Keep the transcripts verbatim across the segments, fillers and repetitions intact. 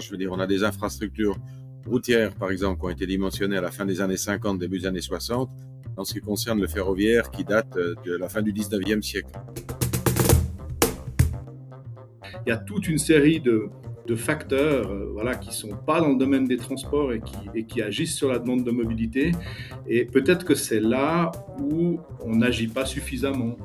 Je veux dire, on a des infrastructures routières, par exemple, qui ont été dimensionnées à la fin des années cinquante, début des années soixante, en ce qui concerne le ferroviaire, qui date de la fin du dix-neuvième siècle. Il y a toute une série de, de facteurs euh, voilà, qui ne sont pas dans le domaine des transports et qui, et qui agissent sur la demande de mobilité. Et peut-être que c'est là où on n'agit pas suffisamment.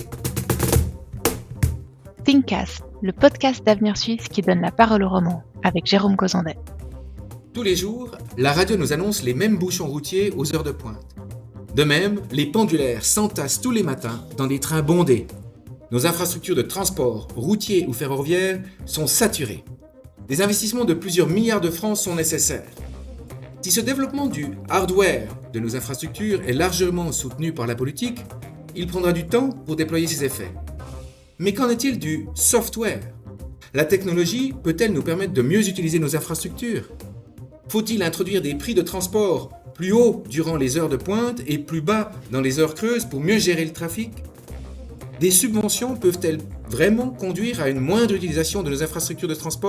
Thinkcast, le podcast d'Avenir Suisse qui donne la parole aux romans, avec Jérôme Cozandet. Tous les jours, la radio nous annonce les mêmes bouchons routiers aux heures de pointe. De même, les pendulaires s'entassent tous les matins dans des trains bondés. Nos infrastructures de transport, routiers ou ferroviaires, sont saturées. Des investissements de plusieurs milliards de francs sont nécessaires. Si ce développement du hardware de nos infrastructures est largement soutenu par la politique, il prendra du temps pour déployer ses effets. Mais qu'en est-il du software ? La technologie peut-elle nous permettre de mieux utiliser nos infrastructures ? Faut-il introduire des prix de transport plus hauts durant les heures de pointe et plus bas dans les heures creuses pour mieux gérer le trafic ? Des subventions peuvent-elles vraiment conduire à une moindre utilisation de nos infrastructures de transport ?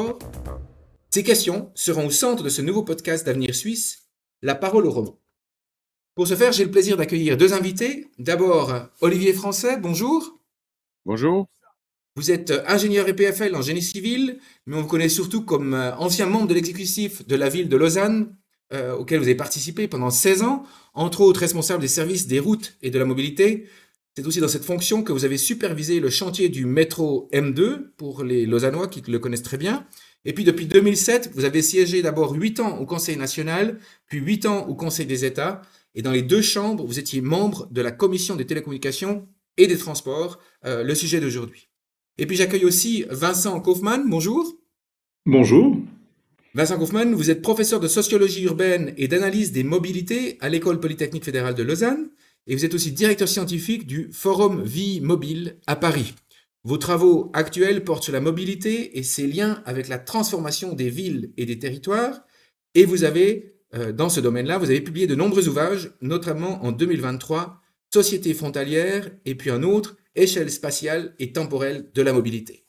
Ces questions seront au centre de ce nouveau podcast d'Avenir Suisse, La parole aux romans. Pour ce faire, j'ai le plaisir d'accueillir deux invités. D'abord, Olivier Français, bonjour. Bonjour. Vous êtes ingénieur E P F L en génie civil, mais on vous connaît surtout comme ancien membre de l'exécutif de la ville de Lausanne, euh, auquel vous avez participé pendant seize ans, entre autres responsable des services des routes et de la mobilité. C'est aussi dans cette fonction que vous avez supervisé le chantier du métro M deux pour les Lausannois qui le connaissent très bien. Et puis depuis deux mille sept, vous avez siégé d'abord huit ans au Conseil national, puis huit ans au Conseil des États. Et dans les deux chambres, vous étiez membre de la Commission des télécommunications et des transports, euh, le sujet d'aujourd'hui. Et puis j'accueille aussi Vincent Kaufmann, bonjour. Bonjour. Vincent Kaufmann, vous êtes professeur de sociologie urbaine et d'analyse des mobilités à l'École polytechnique fédérale de Lausanne. Et vous êtes aussi directeur scientifique du Forum Vie Mobile à Paris. Vos travaux actuels portent sur la mobilité et ses liens avec la transformation des villes et des territoires. Et vous avez, euh, dans ce domaine-là, vous avez publié de nombreux ouvrages, notamment en deux mille vingt-trois, Société frontalière, et puis un autre, Échelle spatiale et temporelle de la mobilité.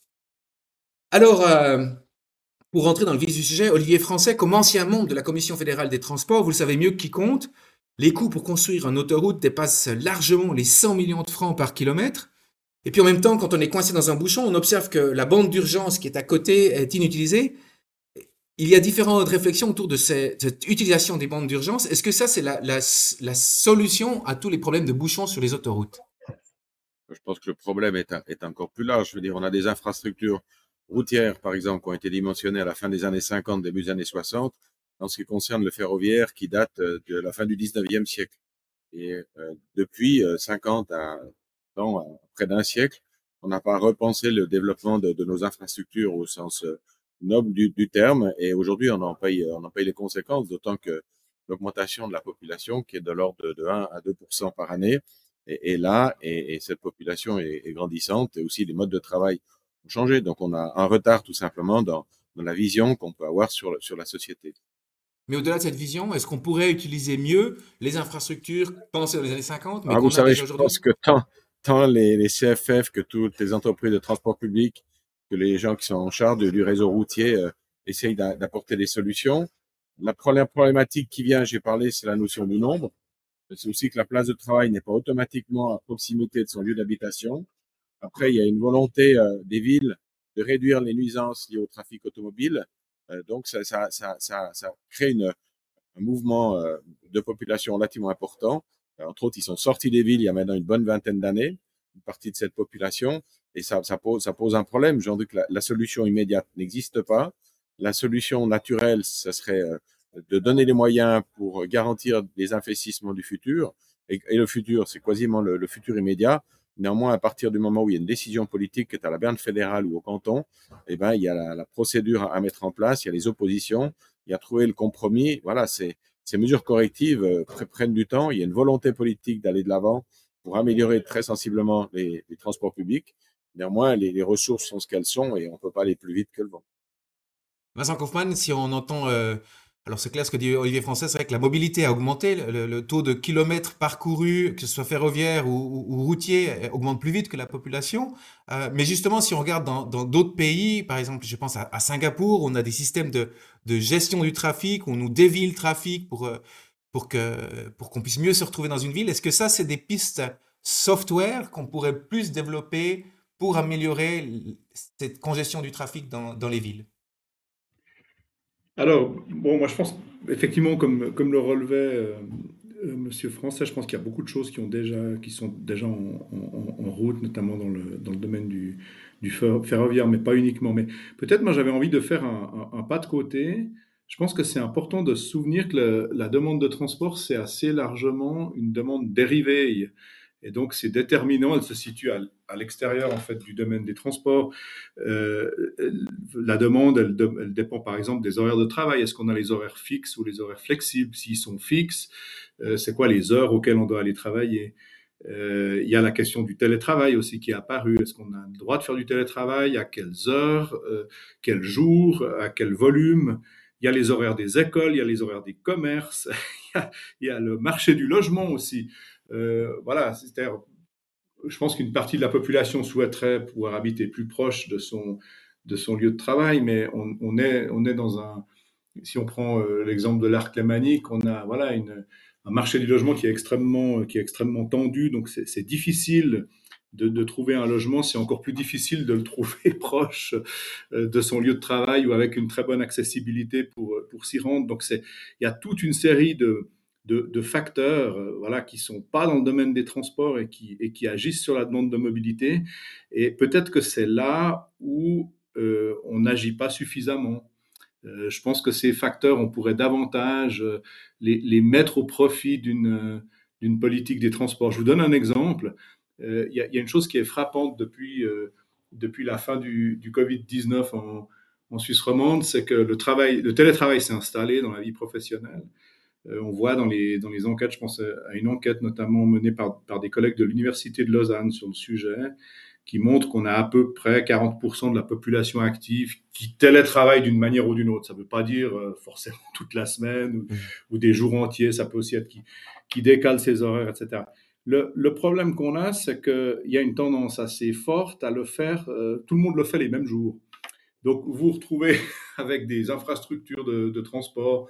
Alors, euh, pour rentrer dans le vif du sujet, Olivier Français, comme ancien membre de la Commission fédérale des transports, vous le savez mieux que quiconque, les coûts pour construire une autoroute dépassent largement les cent millions de francs par kilomètre. Et puis en même temps, quand on est coincé dans un bouchon, on observe que la bande d'urgence qui est à côté est inutilisée. Il y a différentes réflexions autour de cette, cette utilisation des bandes d'urgence. Est-ce que ça, c'est la, la, la solution à tous les problèmes de bouchons sur les autoroutes ? Je pense que le problème est, est encore plus large. Je veux dire, on a des infrastructures routières, par exemple, qui ont été dimensionnées à la fin des années cinquante, début des années soixante, en ce qui concerne le ferroviaire, qui date de la fin du dix-neuvième siècle. Et euh, depuis euh, cinquante à, non, à près d'un siècle, on n'a pas repensé le développement de, de nos infrastructures au sens euh, noble du, du terme. Et aujourd'hui, on en paye, on en paye les conséquences, d'autant que l'augmentation de la population, qui est de l'ordre de, de un à deux pour cent par année, est, est là, et, et cette population est, est grandissante, et aussi les modes de travail ont changé. Donc, on a un retard tout simplement dans, dans la vision qu'on peut avoir sur, sur la société. Mais au-delà de cette vision, est-ce qu'on pourrait utiliser mieux les infrastructures pensées dans les années cinquante, mais ah, qu'on vous a savez, déjà je aujourd'hui ? pense que tant, tant les, les C F F que toutes les entreprises de transport public, que les gens qui sont en charge du, du réseau routier euh, essayent d'a, d'apporter des solutions. La première problématique qui vient, j'ai parlé, c'est la notion du nombre. C'est aussi que la place de travail n'est pas automatiquement à proximité de son lieu d'habitation. Après, il y a une volonté euh, des villes de réduire les nuisances liées au trafic automobile. Euh, donc, ça, ça, ça, ça, ça crée une, un mouvement euh, de population relativement important. Euh, entre autres, ils sont sortis des villes il y a maintenant une bonne vingtaine d'années, une partie de cette population, et ça, ça, pose, ça pose un problème. J'en dis que la, la solution immédiate n'existe pas. La solution naturelle, ce serait euh, de donner les moyens pour garantir des investissements du futur. Et, et le futur, c'est quasiment le, le futur immédiat. Néanmoins, à partir du moment où il y a une décision politique qui est à la berne fédérale ou au canton, eh ben, il y a la, la procédure à mettre en place, il y a les oppositions, il y a trouvé le compromis. Voilà, c'est, ces mesures correctives euh, prennent du temps. Il y a une volonté politique d'aller de l'avant pour améliorer très sensiblement les, les transports publics. Néanmoins, les, les ressources sont ce qu'elles sont et on ne peut pas aller plus vite que le vent. Vincent Kaufmann, si on entend euh, Alors c'est clair ce que dit Olivier Français, c'est vrai que la mobilité a augmenté, le, le taux de kilomètres parcourus, que ce soit ferroviaire ou, ou- ou routier, euh, augmente plus vite que la population. Euh, mais justement, si on regarde dans dans d'autres pays, par exemple, je pense à, à Singapour, on a des systèmes de, de gestion du trafic, on nous dévie le trafic pour, euh, pour que, pour qu'on puisse mieux se retrouver dans une ville. Est-ce que ça, c'est des pistes software qu'on pourrait plus développer pour améliorer l- cette congestion du trafic dans, dans les villes? Alors, bon, moi je pense, effectivement, comme, comme le relevait euh, euh, Monsieur Français, je pense qu'il y a beaucoup de choses qui, ont déjà, qui sont déjà en, en- en route, notamment dans le, dans le domaine du, du fer- ferroviaire, mais pas uniquement. Mais peut-être moi j'avais envie de faire un, un- un pas de côté. Je pense que c'est important de se souvenir que le- la demande de transport, c'est assez largement une demande dérivée. Et donc, c'est déterminant, elle se situe à, à l'extérieur en fait du domaine des transports. Euh, la demande, elle, de- elle dépend par exemple des horaires de travail. Est-ce qu'on a les horaires fixes ou les horaires flexibles? S'ils sont fixes, euh, c'est quoi les heures auxquelles on doit aller travailler? Euh, Il y a la question du télétravail aussi qui est apparue. Est-ce qu'on a le droit de faire du télétravail? À quelles heures? Euh, quel jour? À quel volume? Il y a les horaires des écoles, il y a les horaires des commerces, il y a, il y a le marché du logement aussi. Euh, voilà, c'est-à-dire, je pense qu'une partie de la population souhaiterait pouvoir habiter plus proche de son, de son lieu de travail, mais on, on est, on est dans un, si on prend euh, l'exemple de l'arc lémanique, on a voilà une, un marché du logement qui est extrêmement, qui est extrêmement tendu, donc c'est c'est difficile de, de trouver un logement, c'est encore plus difficile de le trouver proche euh, de son lieu de travail ou avec une très bonne accessibilité pour, pour s'y rendre. Donc c'est, il y a toute une série de, de, de facteurs euh, voilà, qui sont pas dans le domaine des transports et qui, et qui agissent sur la demande de mobilité. Et peut-être que c'est là où euh, on n'agit pas suffisamment. Euh, je pense que ces facteurs, on pourrait davantage euh, les, les mettre au profit d'une euh, d'une politique des transports. Je vous donne un exemple. Euh, Il y, a, il y a une chose qui est frappante depuis, euh, depuis la fin du, du covid dix-neuf en, en Suisse romande, c'est que le, travail, le télétravail s'est installé dans la vie professionnelle. Euh, on voit dans les, dans les enquêtes, je pense à une enquête notamment menée par, par des collègues de l'Université de Lausanne sur le sujet, qui montre qu'on a à peu près quarante pour cent de la population active qui télétravaille d'une manière ou d'une autre. Ça ne veut pas dire euh, forcément toute la semaine ou, Mhm. ou des jours entiers, ça peut aussi être qui, qui décale ses horaires, et cetera. Le, le problème qu'on a, c'est qu'il y a une tendance assez forte à le faire, euh, tout le monde le fait les mêmes jours. Donc vous vous retrouvez avec des infrastructures de, de transport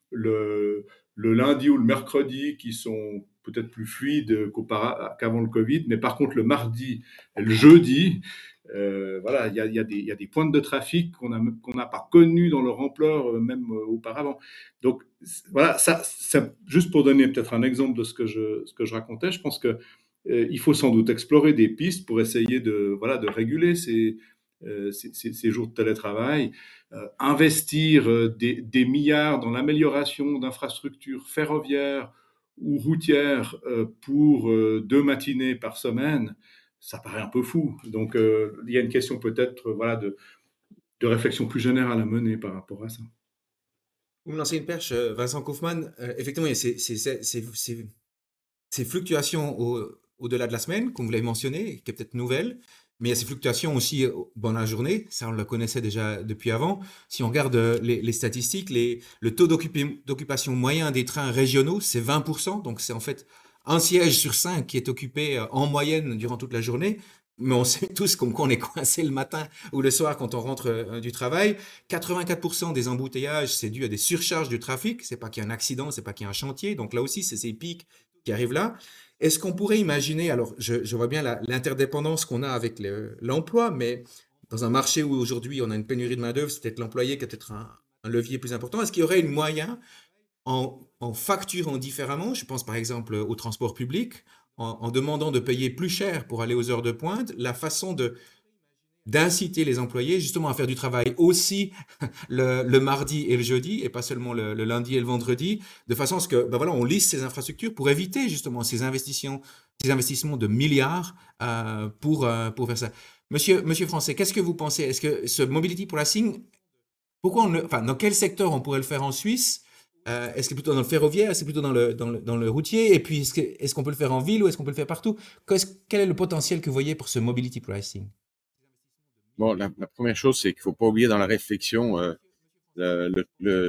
le, le lundi ou le mercredi qui sont peut-être plus fluides qu'avant le Covid, mais par contre le mardi et le jeudi, euh, voilà, il y a, y, a y a des pointes de trafic qu'on n'a qu'on n'a pas connues dans leur ampleur euh, même euh, auparavant. Donc voilà, ça, ça, juste pour donner peut-être un exemple de ce que je, ce que je racontais, je pense que euh, il faut sans doute explorer des pistes pour essayer de, voilà, de réguler ces, euh, ces, ces, ces jours de télétravail, euh, investir euh, des, des milliards dans l'amélioration d'infrastructures ferroviaires ou routières euh, pour euh, deux matinées par semaine, ça paraît un peu fou. Donc euh, il y a une question peut-être voilà, de, de réflexion plus générale à mener par rapport à ça. Vous me lancez une perche, euh, Vincent Kaufmann. Euh, effectivement, il y a ces, ces- ces- ces- ces- ces fluctuations au, au-delà de la semaine, comme vous l'avez mentionné, qui est peut-être nouvelle, mais il y a ces fluctuations aussi euh, pendant la journée, ça on le connaissait déjà depuis avant. Si on regarde euh, les, les statistiques, les, le taux d'occupi- d'occupation moyen des trains régionaux, c'est vingt pour cent, donc c'est en fait un siège sur cinq qui est occupé euh, en moyenne durant toute la journée. Mais on sait tous comme quoi on est coincé le matin ou le soir quand on rentre euh, du travail. quatre-vingt-quatre pour cent des embouteillages, c'est dû à des surcharges du trafic. C'est pas qu'il y a un accident, c'est pas qu'il y a un chantier. Donc là aussi, c'est ces pics qui arrivent là. Est-ce qu'on pourrait imaginer, alors je, je vois bien la- l'interdépendance qu'on a avec le- l'emploi, mais dans un marché où aujourd'hui on a une pénurie de main-d'œuvre, c'est peut-être l'employé qui a peut-être un, un levier plus important. Est-ce qu'il y aurait un moyen en, en facturant différemment, je pense par exemple au transport public, en, en demandant de payer plus cher pour aller aux heures de pointe, la façon de d'inciter les employés justement à faire du travail aussi le, le mardi et le jeudi et pas seulement le, le lundi et le vendredi, de façon à ce que ben voilà, on lisse ces infrastructures pour éviter justement ces investissements, ces investissements de milliards euh, pour, euh, pour faire ça. Monsieur, Monsieur Français, qu'est-ce que vous pensez? Est-ce que ce Mobility Pricing, pourquoi on le, enfin, dans quel secteur on pourrait le faire en Suisse? Euh, est-ce que plutôt dans le ferroviaire, est-ce que plutôt dans le, dans le, dans le routier? Et puis, est-ce que, est-ce qu'on peut le faire en ville ou est-ce qu'on peut le faire partout? Qu'est-ce- Quel est le potentiel que vous voyez pour ce Mobility Pricing? Bon, la, la première chose, c'est qu'il faut pas oublier dans la réflexion euh, le, le- le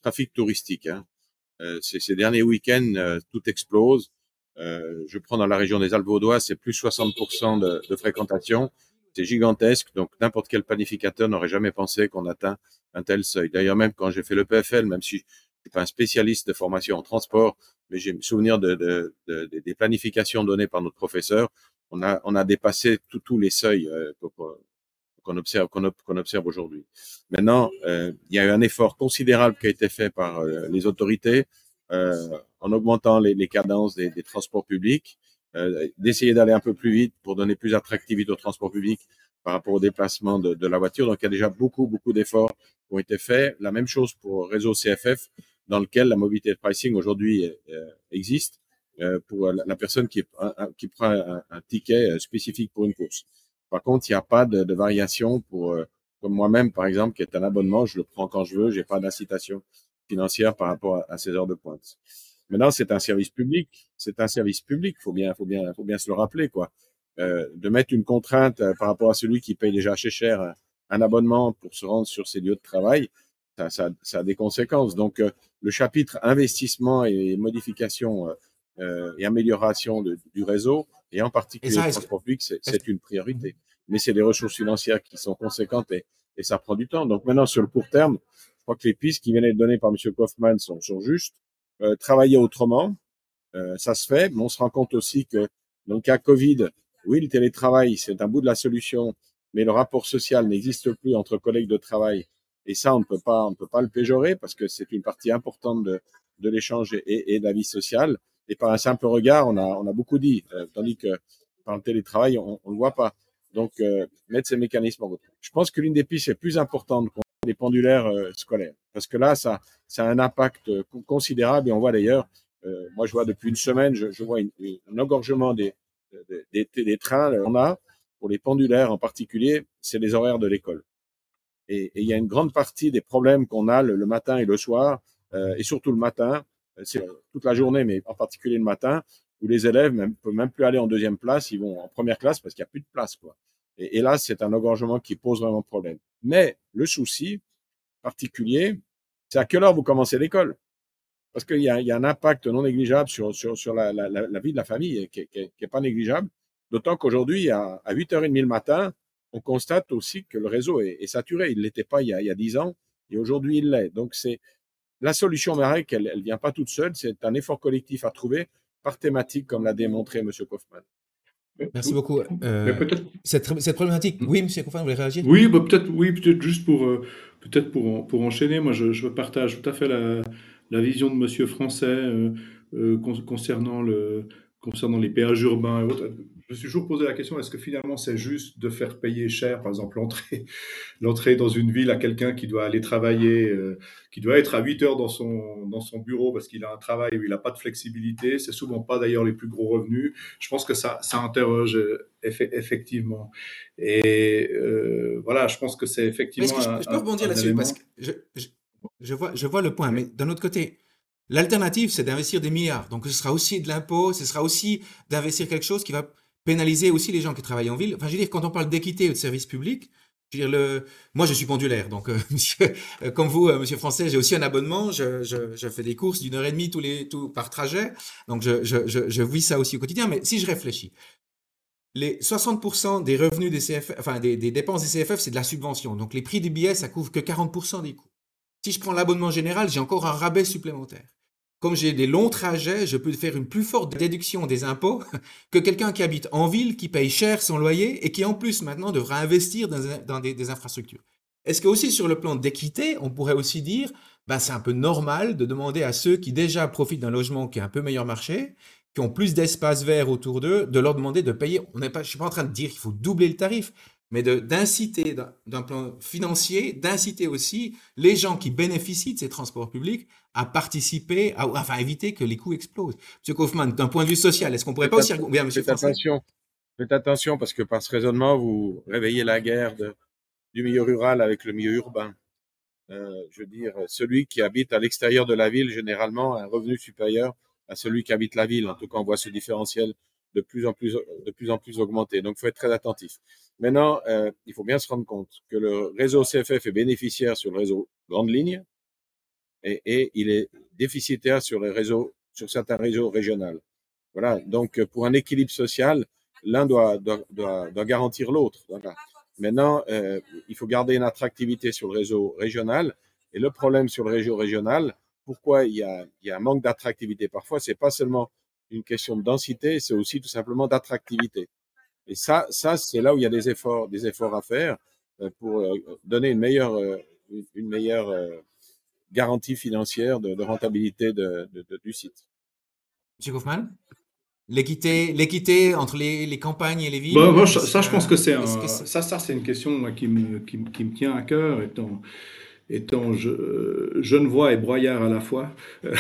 trafic touristique. Hein. Euh, ces, ces derniers week-ends, euh, tout explose. Euh, je prends dans la région des Alpes vaudoises, c'est plus soixante pour cent de, de fréquentation. C'est gigantesque, donc n'importe quel planificateur n'aurait jamais pensé qu'on atteint un tel seuil. D'ailleurs, même quand j'ai fait le P F L, même si je suis pas un spécialiste de formation en transport, mais j'ai me souvenir de, de, de, de, des planifications données par notre professeur, on a, on a dépassé tous les seuils euh, pour, pour, qu'on observe, qu'on, qu'on observe aujourd'hui. Maintenant, euh, il y a eu un effort considérable qui a été fait par euh, les autorités euh, en augmentant les, les cadences des, des transports publics, euh, d'essayer d'aller un peu plus vite pour donner plus d'attractivité au transport public par rapport au déplacement de, de la voiture. Donc, il y a déjà beaucoup, beaucoup d'efforts qui ont été faits. La même chose pour le réseau C F F, dans lequel la mobilité de pricing aujourd'hui euh, existe euh, pour la, la personne qui, un, un, qui prend un, un ticket spécifique pour une course. Par contre, il n'y a pas de, de variation pour, euh, comme moi-même, par exemple, qui est un abonnement, je le prends quand je veux, j'ai pas d'incitation financière par rapport à, à ces heures de pointe. Maintenant, c'est un service public, c'est un service public, faut bien, faut bien, faut bien se le rappeler, quoi. Euh, de mettre une contrainte euh, par rapport à celui qui paye déjà assez cher un, un abonnement pour se rendre sur ses lieux de travail, ça, ça, ça a des conséquences. Donc, euh, le chapitre investissement et modification euh, euh, et amélioration de, du réseau, et en particulier le transport public, c'est, c'est une priorité. Mais c'est des ressources financières qui sont conséquentes et, et ça prend du temps. Donc maintenant, sur le court terme, je crois que les pistes qui viennent d'être données par M. Kaufmann sont, sont justes. Euh, travailler autrement, euh, ça se fait, mais on se rend compte aussi que dans le cas Covid, oui, le télétravail, c'est un bout de la solution, mais le rapport social n'existe plus entre collègues de travail. Et ça, on ne peut pas, on ne peut pas le péjorer parce que c'est une partie importante de, de l'échange et, et de la vie sociale. Et par un simple regard, on a, on a beaucoup dit, euh, tandis que par le télétravail, on ne le voit pas. Donc, euh, mettre ces mécanismes en route. Je pense que l'une des pistes les plus importantes, les pendulaires euh, scolaires, parce que là, ça, ça a un impact euh, considérable. Et on voit d'ailleurs, euh, moi, je vois depuis une semaine, je, je vois une, une, un engorgement des, des, des, des trains. On a, pour les pendulaires en particulier, c'est les horaires de l'école. Et, et il y a une grande partie des problèmes qu'on a le, le matin et le soir, euh, et surtout le matin, c'est toute la journée, mais en particulier le matin, où les élèves ne peuvent même plus aller en deuxième place, ils vont en première classe parce qu'il n'y a plus de place, quoi. Et, et là, c'est un engorgement qui pose vraiment problème. Mais le souci particulier, c'est à quelle heure vous commencez l'école. Parce qu'il y a, il y a un impact non négligeable sur, sur, sur la, la, la vie de la famille qui n'est pas négligeable. D'autant qu'aujourd'hui, à, à huit heures trente le matin, on constate aussi que le réseau est, est saturé. Il ne l'était pas il y a, il y a dix ans et aujourd'hui, il l'est. Donc, c'est la solution, Marek, elle ne vient pas toute seule. C'est un effort collectif à trouver par thématique, comme l'a démontré M. Kaufmann. Merci beaucoup. Euh, cette, cette problématique, oui, M. Kaufmann, vous voulez réagir? Oui, bah peut-être, oui, peut-être juste pour, euh, peut-être pour, en- pour enchaîner. Moi, je, je partage tout à fait la, la vision de Monsieur Français euh, euh, con- concernant le, concernant les péages urbains et autres. Je me suis toujours posé la question, est-ce que finalement c'est juste de faire payer cher, par exemple, l'entrée, l'entrée dans une ville à quelqu'un qui doit aller travailler, euh, qui doit être à huit heures dans son, dans son bureau parce qu'il a un travail où il n'a pas de flexibilité. C'est souvent pas d'ailleurs les plus gros revenus. Je pense que ça, ça interroge euh, effe- effectivement. Et euh, voilà, je pense que c'est effectivement que je, un, je peux un, rebondir un là-dessus élément. parce que je, je, je vois, je vois le point, mais d'un autre côté, l'alternative, c'est d'investir des milliards. Donc, ce sera aussi de l'impôt, ce sera aussi d'investir quelque chose qui va pénaliser aussi les gens qui travaillent en ville. Enfin, je veux dire, quand on parle d'équité ou de service public, je veux dire, le... moi, je suis pendulaire. Donc, euh, monsieur, euh, comme vous, euh, monsieur Français, j'ai aussi un abonnement. Je, je, je fais des courses d'une heure et demie tous les, tout, par trajet. Donc, je, je, je, je vis ça aussi au quotidien. Mais si je réfléchis, les soixante pour cent des revenus des C F F, enfin, des, des dépenses des C F F, c'est de la subvention. Donc, les prix du billet, ça couvre que quarante pour cent des coûts. Si je prends l'abonnement général, j'ai encore un rabais supplémentaire. Comme j'ai des longs trajets, je peux faire une plus forte déduction des impôts que quelqu'un qui habite en ville, qui paye cher son loyer et qui en plus maintenant devra investir dans, dans des, des infrastructures. Est-ce que aussi sur le plan d'équité, on pourrait aussi dire, ben c'est un peu normal de demander à ceux qui déjà profitent d'un logement qui est un peu meilleur marché, qui ont plus d'espace vert autour d'eux, de leur demander de payer. On n'est pas, je suis pas en train de dire qu'il faut doubler le tarif, mais de, d'inciter d'un plan financier, d'inciter aussi les gens qui bénéficient de ces transports publics à participer, à, enfin à éviter que les coûts explosent. Monsieur Kaufmann, d'un point de vue social, est-ce qu'on pourrait pas aussi... Bien, Monsieur Faites Français. attention, faites attention parce que par ce raisonnement, vous réveillez la guerre de, du milieu rural avec le milieu urbain. Euh, je veux dire, celui qui habite à l'extérieur de la ville, généralement, a un revenu supérieur à celui qui habite la ville. En tout cas, on voit ce différentiel de plus en plus, de plus en plus augmenter. Donc, il faut être très attentif. Maintenant, euh, il faut bien se rendre compte que le réseau C F F est bénéficiaire sur le réseau grande ligne, et, et il est déficitaire sur les réseaux, sur certains réseaux régionaux. Voilà. Donc, pour un équilibre social, l'un doit, doit, doit, doit garantir l'autre. Voilà. Maintenant, euh, il faut garder une attractivité sur le réseau régional. Et le problème sur le réseau régional, pourquoi il y a, il y a un manque d'attractivité parfois, c'est pas seulement une question de densité, c'est aussi tout simplement d'attractivité. Et ça, ça, c'est là où il y a des efforts, des efforts à faire euh, pour euh, donner une meilleure, euh, une meilleure euh, garantie financière de, de rentabilité de, de, de, du site. Monsieur Kaufmann, l'équité, l'équité entre les, les campagnes et les villes. Bon, moi, ça, ça, je pense que c'est un, que c'est... ça, ça, c'est une question moi, qui, me, qui, qui me tient à cœur, étant, étant je, Genevois et broyard à la fois.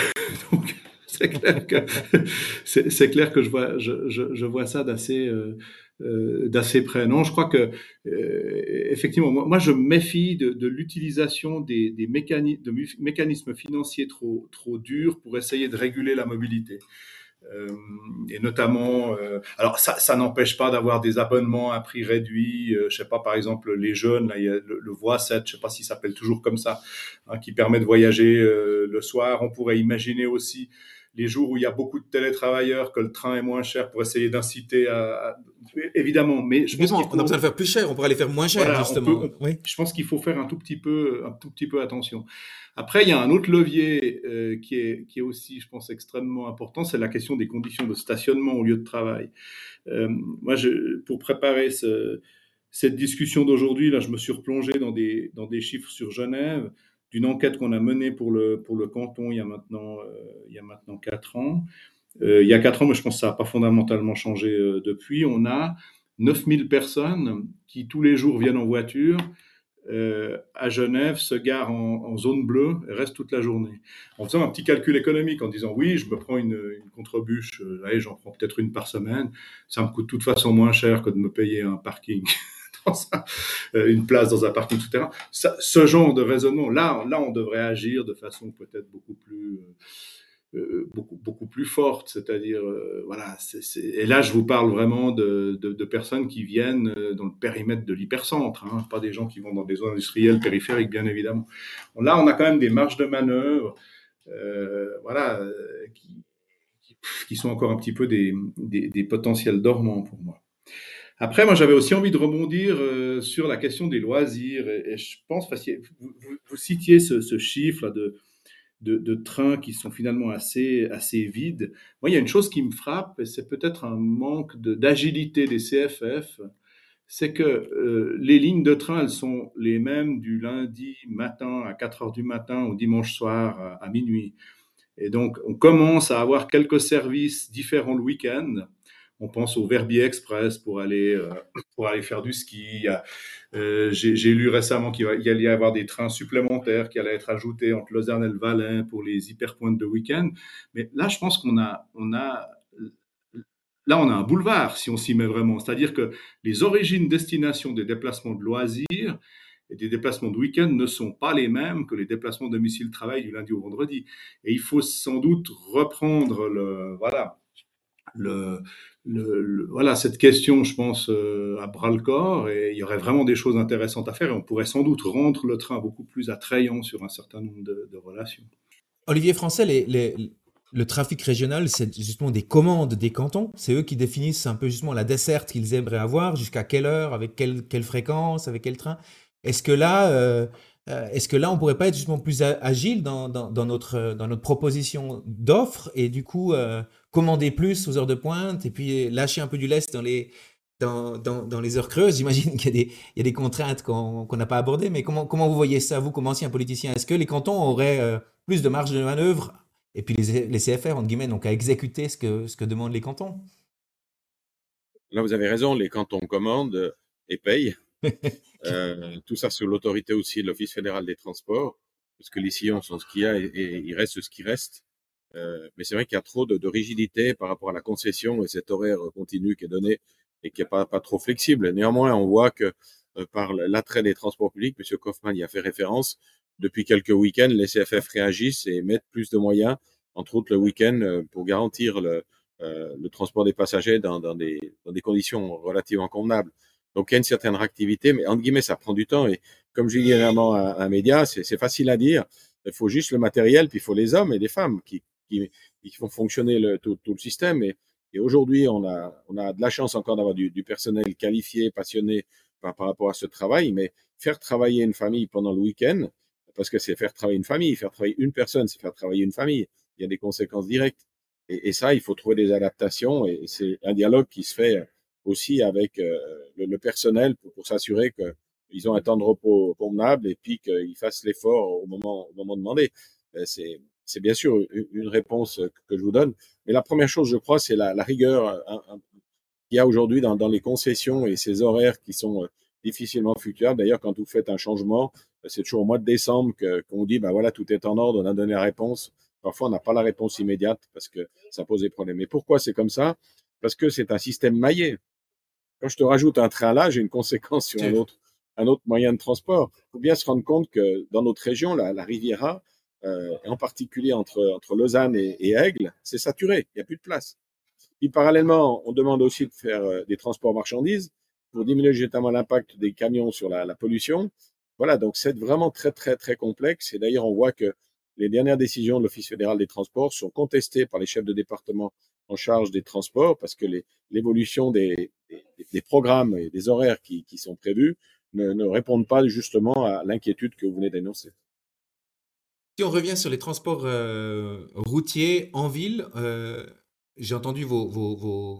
Donc, c'est clair que c'est, c'est clair que je vois, je, je, je vois ça d'assez, euh, euh, d'assez près. Non, je crois que euh, effectivement, moi, moi, je me méfie de, de l'utilisation des, des mécanismes, de mécanismes financiers trop, trop durs pour essayer de réguler la mobilité. Euh, et notamment, euh, alors ça, ça n'empêche pas d'avoir des abonnements à prix réduit. Euh, je sais pas, par exemple, les jeunes, là, il y a le, le Voie sept, je sais pas s'il s'appelle toujours comme ça, hein, qui permet de voyager euh, le soir. On pourrait imaginer aussi les jours où il y a beaucoup de télétravailleurs que le train est moins cher pour essayer d'inciter à, à... évidemment. Mais je pense qu'il faut... on a besoin de faire plus cher, on pourrait les faire moins cher, voilà, justement. On peut, on... Oui. Je pense qu'il faut faire un tout petit peu, un tout petit peu attention. Après, il y a un autre levier euh, qui, est, qui est aussi, je pense, extrêmement important, c'est la question des conditions de stationnement au lieu de travail. Euh, moi, je, pour préparer ce, cette discussion d'aujourd'hui, là, je me suis replongé dans des, dans des chiffres sur Genève, d'une enquête qu'on a menée pour le, pour le canton il y a maintenant, euh, il y a maintenant quatre ans. Euh, il y a quatre ans, mais je pense que ça n'a pas fondamentalement changé euh, depuis. On a neuf mille personnes qui, tous les jours, viennent en voiture, Euh, à Genève, se gare en, en zone bleue et reste toute la journée. En faisant un petit calcul économique, en disant oui, je me prends une, une contrebûche, euh, allez, j'en prends peut-être une par semaine, ça me coûte de toute façon moins cher que de me payer un parking, dans un, euh, une place dans un parking souterrain. Ça, ce genre de raisonnement, là, là, on devrait agir de façon peut-être beaucoup plus... Euh, Euh, beaucoup beaucoup plus forte, c'est-à-dire euh, voilà. C'est, c'est... Et là, je vous parle vraiment de, de, de personnes qui viennent dans le périmètre de l'hypercentre, hein, pas des gens qui vont dans des zones industrielles périphériques, bien évidemment. Bon, là, on a quand même des marges de manœuvre, euh, voilà, euh, qui, qui, qui sont encore un petit peu des, des, des potentiels dormants pour moi. Après, moi, j'avais aussi envie de rebondir euh, sur la question des loisirs, et, et je pense, parce que vous, vous, vous citiez ce, ce chiffre là de De, de trains qui sont finalement assez, assez vides. Moi, il y a une chose qui me frappe, et c'est peut-être un manque de, d'agilité des C F F, c'est que euh, les lignes de train, elles sont les mêmes du lundi matin à quatre heures du matin au dimanche soir à, à minuit. Et donc, on commence à avoir quelques services différents le week-end. On pense au Verbier Express pour aller, euh, pour aller faire du ski. Euh, j'ai, j'ai lu récemment qu'il y allait y avoir des trains supplémentaires qui allaient être ajoutés entre Lausanne et le Valais pour les hyperpointes de week-end. Mais là, je pense qu'on a, on a, là, on a un boulevard si on s'y met vraiment. C'est-à-dire que les origines-destinations des déplacements de loisirs et des déplacements de week-end ne sont pas les mêmes que les déplacements domicile-travail du lundi au vendredi. Et il faut sans doute reprendre le, voilà, le, le, le, voilà, cette question, je pense, euh, à bras-le-corps, et il y aurait vraiment des choses intéressantes à faire, et on pourrait sans doute rendre le train beaucoup plus attrayant sur un certain nombre de, de relations. Olivier Français, les, les, le trafic régional, c'est justement des commandes des cantons. C'est eux qui définissent un peu justement la desserte qu'ils aimeraient avoir, jusqu'à quelle heure, avec quelle, quelle fréquence, avec quel train. Est-ce que là, euh, est-ce que là, on pourrait pas être justement plus agile dans, dans, dans notre dans notre proposition d'offre, et du coup euh, commander plus aux heures de pointe, et puis lâcher un peu du lest dans les dans, dans, dans les heures creuses? J'imagine qu'il y a des il y a des contraintes qu'on qu'on n'a pas abordées, mais comment comment vous voyez ça, vous, comme ancien politicien? Est-ce que les cantons auraient euh, plus de marge de manœuvre, et puis les, les C F R, entre guillemets, donc à exécuter ce que ce que demandent les cantons? Là, vous avez raison, les cantons commandent et payent. euh, tout ça sur l'autorité aussi de l'Office fédéral des transports, parce que les sillons sont ce qu'il y a, et, et il reste ce qui reste. Euh, mais c'est vrai qu'il y a trop de, de rigidité par rapport à la concession et cet horaire continu qui est donné et qui n'est pas, pas trop flexible. Néanmoins, on voit que euh, par l'attrait des transports publics, M. Kaufmann y a fait référence, depuis quelques week-ends, les C F F réagissent et mettent plus de moyens, entre autres le week-end, euh, pour garantir le, euh, le transport des passagers dans, dans, des, dans des conditions relativement convenables. Donc, il y a une certaine réactivité, mais entre guillemets, ça prend du temps. Et comme je dis également à un média, c'est, c'est facile à dire. Il faut juste le matériel, puis il faut les hommes et les femmes qui, qui, qui font fonctionner le, tout, tout le système. Et, et aujourd'hui, on a, on a de la chance encore d'avoir du, du personnel qualifié, passionné par, par rapport à ce travail, mais faire travailler une famille pendant le week-end, parce que c'est faire travailler une famille, faire travailler une personne, c'est faire travailler une famille. Il y a des conséquences directes. Et, et ça, il faut trouver des adaptations, et c'est un dialogue qui se fait aussi avec euh, le, le personnel pour, pour s'assurer qu'ils ont un temps de repos convenable et puis qu'ils fassent l'effort au moment, au moment demandé. C'est, c'est bien sûr une réponse que je vous donne, mais la première chose, je crois, c'est la, la rigueur hein, hein, qu'il y a aujourd'hui dans, dans les concessions et ces horaires qui sont euh, difficilement fluctuables. D'ailleurs, quand vous faites un changement, c'est toujours au mois de décembre que, qu'on dit, ben voilà, tout est en ordre, on a donné la réponse. Parfois, on n'a pas la réponse immédiate parce que ça pose des problèmes. Et pourquoi c'est comme ça? Parce que c'est un système maillé. Quand je te rajoute un train là, j'ai une conséquence sur un autre, un autre moyen de transport. Il faut bien se rendre compte que dans notre région, la, la Riviera, euh, et en particulier entre, entre Lausanne et, et Aigle, c'est saturé, il n'y a plus de place. Puis parallèlement, on demande aussi de faire euh, des transports marchandises pour diminuer justement l'impact des camions sur la, la pollution. Voilà, donc c'est vraiment très, très, très complexe. Et d'ailleurs, on voit que les dernières décisions de l'Office fédéral des transports sont contestées par les chefs de département en charge des transports parce que les, l'évolution des, des, des programmes et des horaires qui, qui sont prévus ne, ne répondent pas justement à l'inquiétude que vous venez d'énoncer. Si on revient sur les transports euh, routiers en ville, euh, j'ai entendu vos, vos, vos,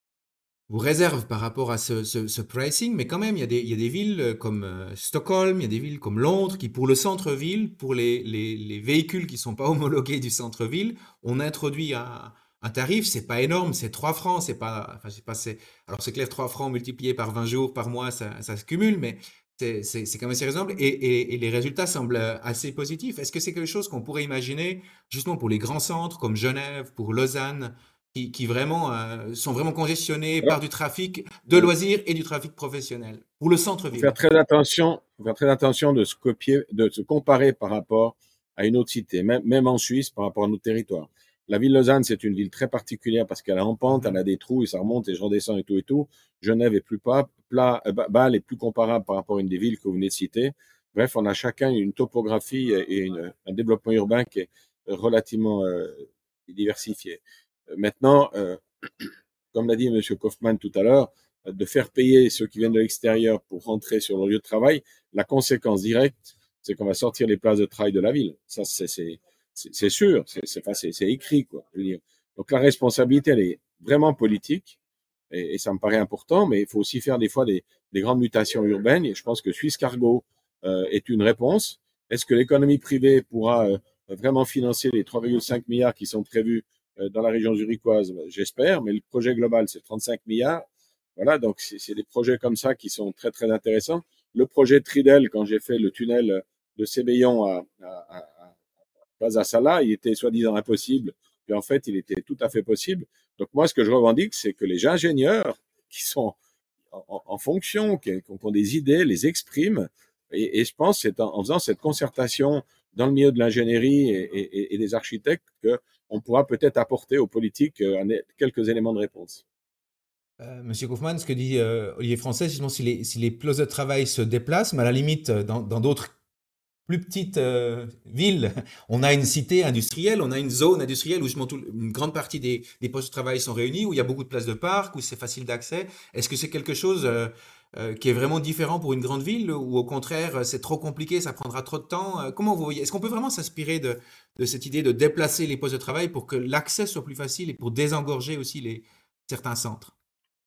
vos réserves par rapport à ce, ce, ce pricing, mais quand même, il y a des, il y a des villes comme euh, Stockholm, il y a des villes comme Londres qui, pour le centre-ville, pour les, les, les véhicules qui ne sont pas homologués du centre-ville, on introduit un, un tarif, c'est pas énorme, c'est trois francs, c'est pas, enfin, je sais pas, c'est, alors c'est clair, trois francs multipliés par vingt jours par mois, ça, ça se cumule, mais c'est, c'est, c'est quand même assez raisonnable et, et, et les résultats semblent assez positifs. Est-ce que c'est quelque chose qu'on pourrait imaginer justement pour les grands centres comme Genève, pour Lausanne, qui, qui vraiment euh, sont vraiment congestionnés Alors, par du trafic de loisirs et du trafic professionnel pour le faut centre-ville? faire très attention, faut faire très attention de se copier, de se comparer par rapport à une autre cité, même, même en Suisse par rapport à notre territoire. La ville de Lausanne, c'est une ville très particulière parce qu'elle est en pente, elle a des trous et ça remonte et je redescends et tout et tout. Genève est plus plat, plat euh, Bâle est plus comparable par rapport à une des villes que vous venez de citer. Bref, on a chacun une topographie et une, un développement urbain qui est relativement euh, diversifié. Euh, Maintenant, euh, comme l'a dit M. Kaufmann tout à l'heure, de faire payer ceux qui viennent de l'extérieur pour rentrer sur leur lieu de travail, la conséquence directe, c'est qu'on va sortir les places de travail de la ville. Ça, c'est, c'est, c'est, c'est sûr, c'est, c'est, c'est, c'est écrit, quoi. Je veux dire. Donc la responsabilité, elle est vraiment politique, et, et ça me paraît important, mais il faut aussi faire des fois des, des grandes mutations urbaines, et je pense que Suisse Cargo euh, est une réponse. Est-ce que l'économie privée pourra euh, vraiment financer les trois virgule cinq milliards qui sont prévus euh, dans la région zurichoise? J'espère, mais le projet global, c'est trente-cinq milliards. Voilà, donc c'est, c'est des projets comme ça qui sont très, très intéressants. Le projet Tridel, quand j'ai fait le tunnel de Sébeillon à, à, à, à Plaza Sala, il était soi-disant impossible, puis en fait, il était tout à fait possible. Donc moi, ce que je revendique, c'est que les ingénieurs qui sont en, en fonction, qui, qui ont des idées, les expriment, et, et je pense que c'est en, en faisant cette concertation dans le milieu de l'ingénierie et, et, et des architectes qu'on pourra peut-être apporter aux politiques euh, quelques éléments de réponse. Euh, Monsieur Kaufmann, ce que dit euh, Olivier Français, justement, si les, si les postes de travail se déplacent, mais à la limite, dans, dans d'autres plus petites euh, villes, on a une cité industrielle, on a une zone industrielle où justement tout, une grande partie des, des postes de travail sont réunis, où il y a beaucoup de places de parc, où c'est facile d'accès. Est-ce que c'est quelque chose euh, euh, qui est vraiment différent pour une grande ville, ou au contraire, c'est trop compliqué, ça prendra trop de temps? Euh, Comment vous voyez? Est-ce qu'on peut vraiment s'inspirer de, de cette idée de déplacer les postes de travail pour que l'accès soit plus facile et pour désengorger aussi les, certains centres?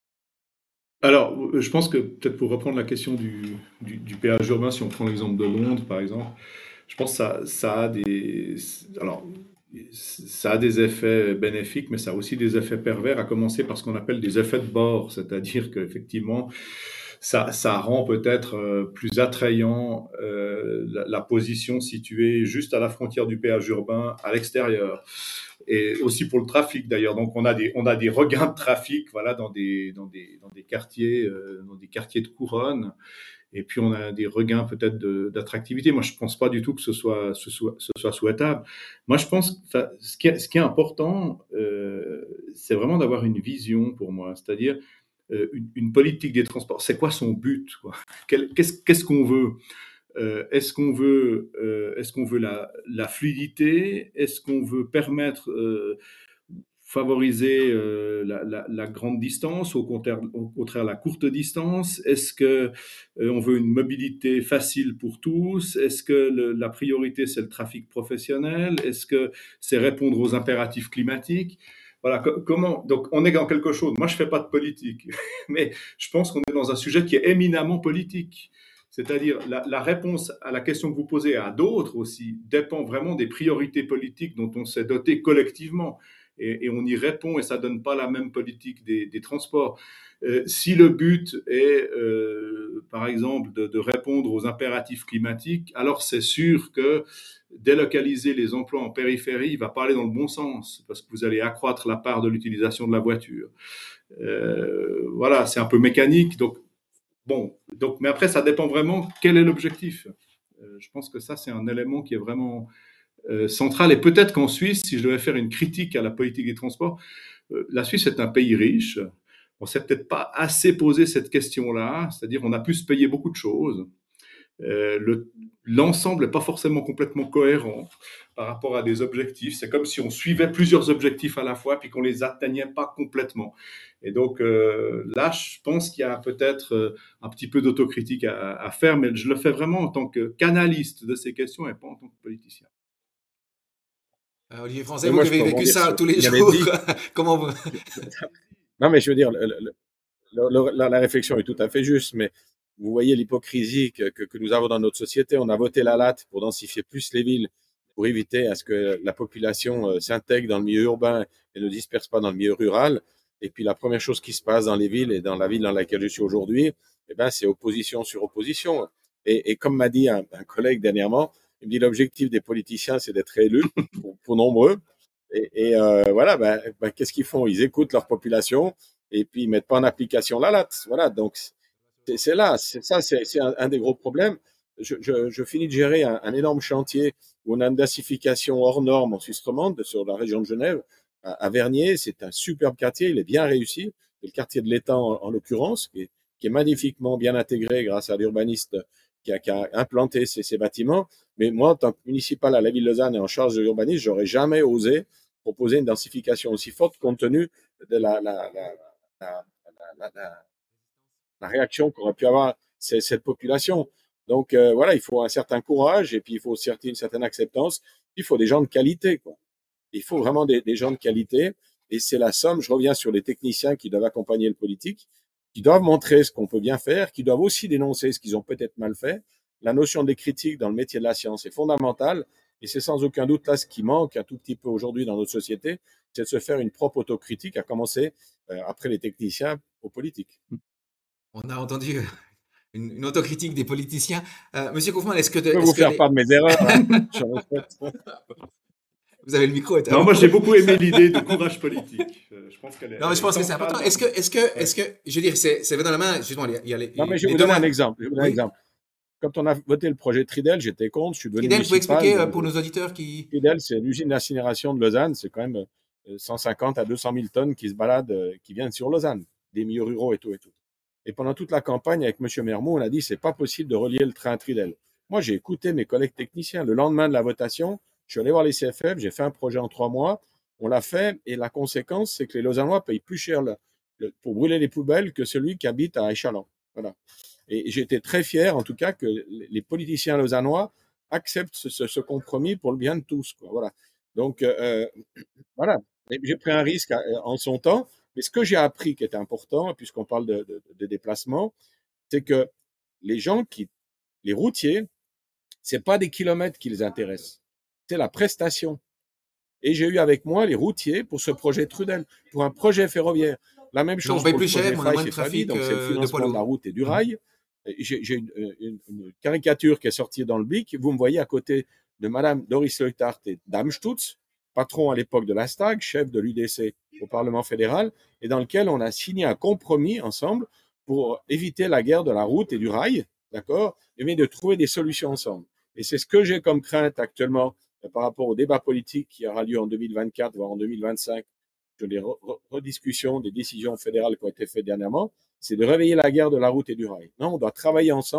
Alors, je pense que peut-être pour reprendre la question du, du, du péage urbain, si on prend l'exemple de Londres, par exemple, je pense que ça, ça a des, alors, ça a des effets bénéfiques, mais ça a aussi des effets pervers, à commencer par ce qu'on appelle des effets de bord, c'est-à-dire qu'effectivement, ça, ça rend peut-être euh, plus attrayant euh, la, la position située juste à la frontière du péage urbain, à l'extérieur. Et aussi pour le trafic d'ailleurs. Donc on a des on a des regains de trafic, voilà, dans des dans des dans des quartiers euh, dans des quartiers de couronne. Et puis on a des regains peut-être de, d'attractivité. Moi je pense pas du tout que ce soit ce soit ce soit souhaitable. Moi je pense que ce qui est ce qui est important, euh, c'est vraiment d'avoir une vision pour moi, c'est-à-dire euh, une, une politique des transports. C'est quoi son but, quoi? Quel, qu'est-ce qu'est-ce qu'on veut? Euh, est-ce qu'on veut, euh, est-ce qu'on veut la, la fluidité? Est-ce qu'on veut permettre, euh, favoriser euh, la, la, la grande distance, ou au contraire, au contraire la courte distance? Est-ce que euh, on veut une mobilité facile pour tous? Est-ce que le, la priorité c'est le trafic professionnel? Est-ce que c'est répondre aux impératifs climatiques? Voilà, co- comment, donc on est dans quelque chose. Moi, je fais pas de politique, mais je pense qu'on est dans un sujet qui est éminemment politique. C'est-à-dire, la, la réponse à la question que vous posez, à d'autres aussi, dépend vraiment des priorités politiques dont on s'est doté collectivement. Et, et on y répond, et ça donne pas la même politique des, des transports. Euh, si le but est, euh, par exemple, de, de répondre aux impératifs climatiques, alors c'est sûr que délocaliser les emplois en périphérie ne va pas aller dans le bon sens, parce que vous allez accroître la part de l'utilisation de la voiture. Euh, voilà, c'est un peu mécanique. Donc, bon, donc, mais après, ça dépend vraiment quel est l'objectif. Euh, je pense que ça, c'est un élément qui est vraiment euh, central. Et peut-être qu'en Suisse, si je devais faire une critique à la politique des transports, euh, la Suisse est un pays riche. On ne s'est peut-être pas assez posé cette question-là, c'est-à-dire on a pu se payer beaucoup de choses. Euh, le, l'ensemble n'est pas forcément complètement cohérent par rapport à des objectifs. C'est comme si on suivait plusieurs objectifs à la fois puis qu'on les atteignait pas complètement. Et donc euh, là, je pense qu'il y a peut-être euh, un petit peu d'autocritique à, à faire, mais je le fais vraiment en tant que canaliste de ces questions et pas en tant que politicien. Euh, Olivier Français, Mais vous moi, qui je avez peux vécu rebondir ça sur ce tous les qu'il avait jours, dit. comment vous... Non, mais je veux dire, le- le- le- le- la, la réflexion est tout à fait juste, mais vous voyez l'hypocrisie que, que, que nous avons dans notre société. On a voté la latte pour densifier plus les villes, pour éviter à ce que la population euh, s'intègre dans le milieu urbain et ne disperse pas dans le milieu rural. Et puis la première chose qui se passe dans les villes et dans la ville dans laquelle je suis aujourd'hui, eh ben, c'est opposition sur opposition. Et, et comme m'a dit un, un collègue dernièrement, il me dit l'objectif des politiciens, c'est d'être élus pour, pour nombreux. Et, et euh, voilà, ben, ben, qu'est-ce qu'ils font? Ils écoutent leur population et puis ils mettent pas en application la latte. Voilà, donc c'est c'est là, c'est ça, c'est c'est un, un des gros problèmes. Je, je, je finis de gérer un, un énorme chantier où on a une densification hors norme en Suisse romande sur la région de Genève, à, à Vernier. C'est un superbe quartier, il est bien réussi. C'est le quartier de l'Étang en, en l'occurrence, qui est, qui est magnifiquement bien intégré grâce à l'urbaniste qui a, qui a implanté ces, ces bâtiments. Mais moi, en tant que municipal à la ville de Lausanne et en charge de l'urbanisme, j'aurais jamais osé proposer une densification aussi forte compte tenu de la, la, la, la, la, la, la réaction qu'aurait pu avoir ces- cette population. Donc euh, voilà, il faut un certain courage et puis il faut certi- une certaine acceptance. Il faut des gens de qualité, quoi. Il faut vraiment des, des gens de qualité. Et c'est la somme, je reviens sur les techniciens qui doivent accompagner le politique, qui doivent montrer ce qu'on peut bien faire, qui doivent aussi dénoncer ce qu'ils ont peut-être mal fait. La notion des critiques dans le métier de la science est fondamentale. Et c'est sans aucun doute là ce qui manque un tout petit peu aujourd'hui dans notre société, c'est de se faire une propre autocritique, à commencer euh, après les techniciens aux politiques. On a entendu une, une autocritique des politiciens. Euh, Monsieur Kaufmann, est-ce que, de- Je peux est-ce vous que faire les- part de mes erreurs, hein. Je respecte. vous avez le micro est à Non, vous. moi j'ai beaucoup aimé l'idée de courage politique. Euh, Je pense qu'elle est, Non, mais je elle est pense que c'est centrale important. dans- Est-ce que, est-ce que, est-ce que, je veux dire, c'est, c'est dans la main. Justement, il y a, il y a les, Non, mais je vais les vous deux donner un mains. exemple. Je vais vous donner un Oui. exemple. Quand on a voté le projet Tridel, j'étais contre, je suis devenu Fidèle, vous pouvez municipal. expliquer euh, de- pour de- nos auditeurs qui. Tridel, c'est l'usine d'incinération de Lausanne. C'est quand même euh, cent cinquante à deux cent mille tonnes qui se baladent, euh, qui viennent sur Lausanne, des milieux ruraux et tout et tout. Et pendant toute la campagne, avec M. Mermot, on a dit c'est pas possible de relier le train à Tridel. Moi, j'ai écouté mes collègues techniciens. Le lendemain de la votation, je suis allé voir les C F F, j'ai fait un projet en trois mois, on l'a fait, et la conséquence, c'est que les Lausannois payent plus cher le- le- pour brûler les poubelles que celui qui habite à Échalon. Voilà. Et j'étais très fier, en tout cas, que les politiciens lausannois acceptent ce, ce- ce compromis pour le bien de tous, quoi. Voilà. Donc, euh, voilà. Et j'ai pris un risque à- en son temps, mais ce que j'ai appris qui était important, puisqu'on parle de, de, de déplacement, c'est que les gens qui, les routiers, c'est pas des kilomètres qui les intéressent, c'est la prestation. Et j'ai eu avec moi les routiers pour ce projet Trudel, pour un projet ferroviaire. La même Non, chose on paye pour le plus projet cher, mais on a moins de F I F A B I, trafic donc c'est le euh, de poids financement de la lourd. route et du rail. J'ai j'ai une, une- une caricature qui est sortie dans le B I C. Vous me voyez à côté de Madame Doris Leuthard et Damstutz, patron à l'époque de la STAG, chef de l'U D C au Parlement fédéral, et dans lequel on a signé un compromis ensemble pour éviter la guerre de la route et du rail, d'accord, mais de trouver des solutions ensemble. Et c'est ce que j'ai comme crainte actuellement euh, par rapport au débat politique qui aura lieu en deux mille vingt-quatre, voire en deux mille vingt-cinq, sur les re- re- rediscussions des décisions fédérales qui ont été faites dernièrement, c'est de réveiller la guerre de la route et du rail. Non, on doit travailler ensemble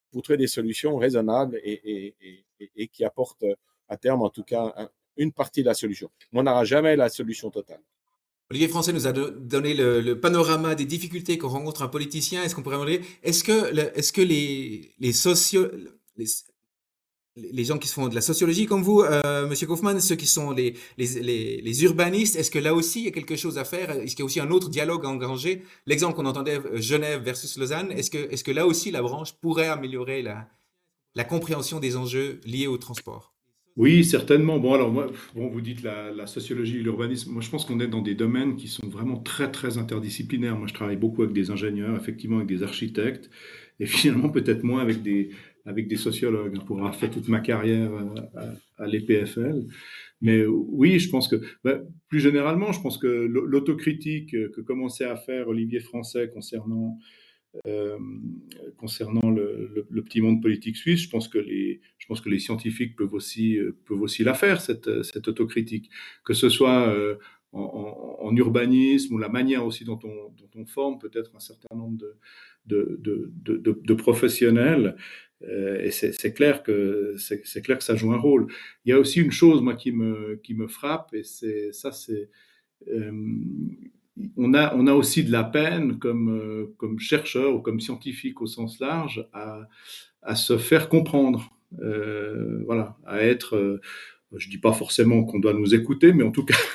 pour trouver des solutions raisonnables et, et, et, et qui apportent à terme, en tout cas, un, une partie de la solution. Mais on n'aura jamais la solution totale. Olivier Français nous a do- donné le, le panorama des difficultés qu'on rencontre un politicien. Est-ce qu'on pourrait demander, est-ce que, le, est-ce que les, les, socio, les, les gens qui font de la sociologie comme vous, euh, Monsieur Kaufmann, ceux qui sont les, les, les, les urbanistes, est-ce que là aussi il y a quelque chose à faire? Est-ce qu'il y a aussi un autre dialogue à engranger? L'exemple qu'on entendait, Genève versus Lausanne, est-ce que, est-ce que là aussi la branche pourrait améliorer la, la compréhension des enjeux liés au transport? Oui, certainement. Bon, alors moi, bon, vous dites la, la sociologie et l'urbanisme. Moi, je pense qu'on est dans des domaines qui sont vraiment très, très interdisciplinaires. Moi, je travaille beaucoup avec des ingénieurs, effectivement, avec des architectes, et finalement, peut-être moins avec des, avec des sociologues, pour avoir fait toute ma carrière à, à l'E P F L. Mais oui, je pense que, ben, plus généralement, je pense que l'autocritique que commençait à faire Olivier Français concernant Euh, concernant le, le, le petit monde politique suisse, je pense que les, je pense que les scientifiques peuvent aussi, euh, peuvent aussi la faire, cette, cette autocritique, que ce soit euh, en, en, en urbanisme ou la manière aussi dont on, dont on forme peut-être un certain nombre de, de, de, de, de, de professionnels. Euh, et c'est, c'est clair que c'est, c'est clair que ça joue un rôle. Il y a aussi une chose, moi, qui me, qui me frappe, et c'est ça, c'est euh, On a, on a aussi de la peine comme, euh, comme chercheur ou comme scientifique au sens large à, à se faire comprendre, euh, voilà, à être, euh, je dis pas forcément qu'on doit nous écouter, mais en tout cas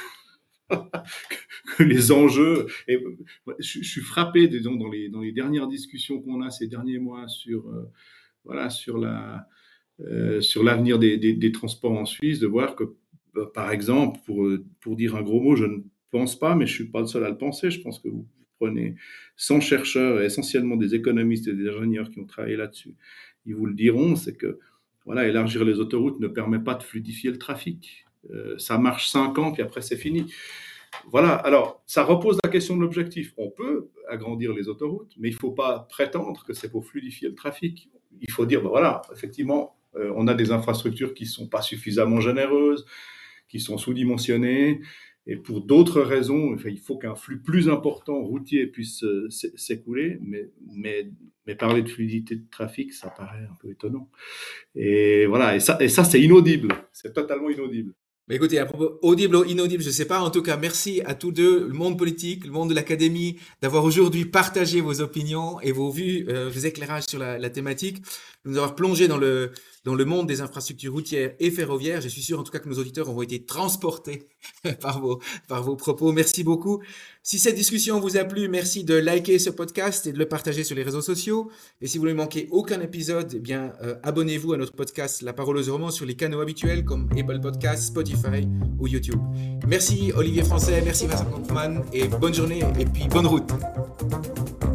que les enjeux, et je, je suis frappé disons, dans, les, dans les dernières discussions qu'on a ces derniers mois sur, euh, voilà, sur, la, euh, sur l'avenir des, des, des transports en Suisse, de voir que, euh, par exemple, pour, pour dire un gros mot, je ne pense pas, mais je suis pas le seul à le penser. Je pense que vous prenez cent chercheurs, et essentiellement des économistes et des ingénieurs qui ont travaillé là-dessus. Ils vous le diront, c'est que voilà, élargir les autoroutes ne permet pas de fluidifier le trafic. Euh, ça marche cinq ans, puis après c'est fini. Voilà, alors ça repose la question de l'objectif. On peut agrandir les autoroutes, mais il ne faut pas prétendre que c'est pour fluidifier le trafic. Il faut dire, ben voilà, effectivement, euh, on a des infrastructures qui ne sont pas suffisamment généreuses, qui sont sous-dimensionnées, et pour d'autres raisons, enfin, il faut qu'un flux plus important routier puisse euh, s'écouler, mais, mais, mais parler de fluidité de trafic, ça paraît un peu étonnant. Et voilà, et ça, et ça c'est inaudible, c'est totalement inaudible. Mais écoutez, à propos audible ou inaudible, je ne sais pas. En tout cas, merci à tous deux, le monde politique, le monde de l'académie, d'avoir aujourd'hui partagé vos opinions et vos vues, euh, vos éclairages sur la, la thématique, de nous avoir plongé dans le, dans le monde des infrastructures routières et ferroviaires. Je suis sûr, en tout cas, que nos auditeurs auront été transportés par vos, par vos propos. Merci beaucoup. Si cette discussion vous a plu, merci de liker ce podcast et de le partager sur les réseaux sociaux. Et si vous ne manquez aucun épisode, eh bien, euh, abonnez-vous à notre podcast La Parole aux Romans sur les canaux habituels comme Apple Podcasts, Spotify ou YouTube. Merci Olivier Français, merci Vincent Kaufmann et bonne journée et puis bonne route.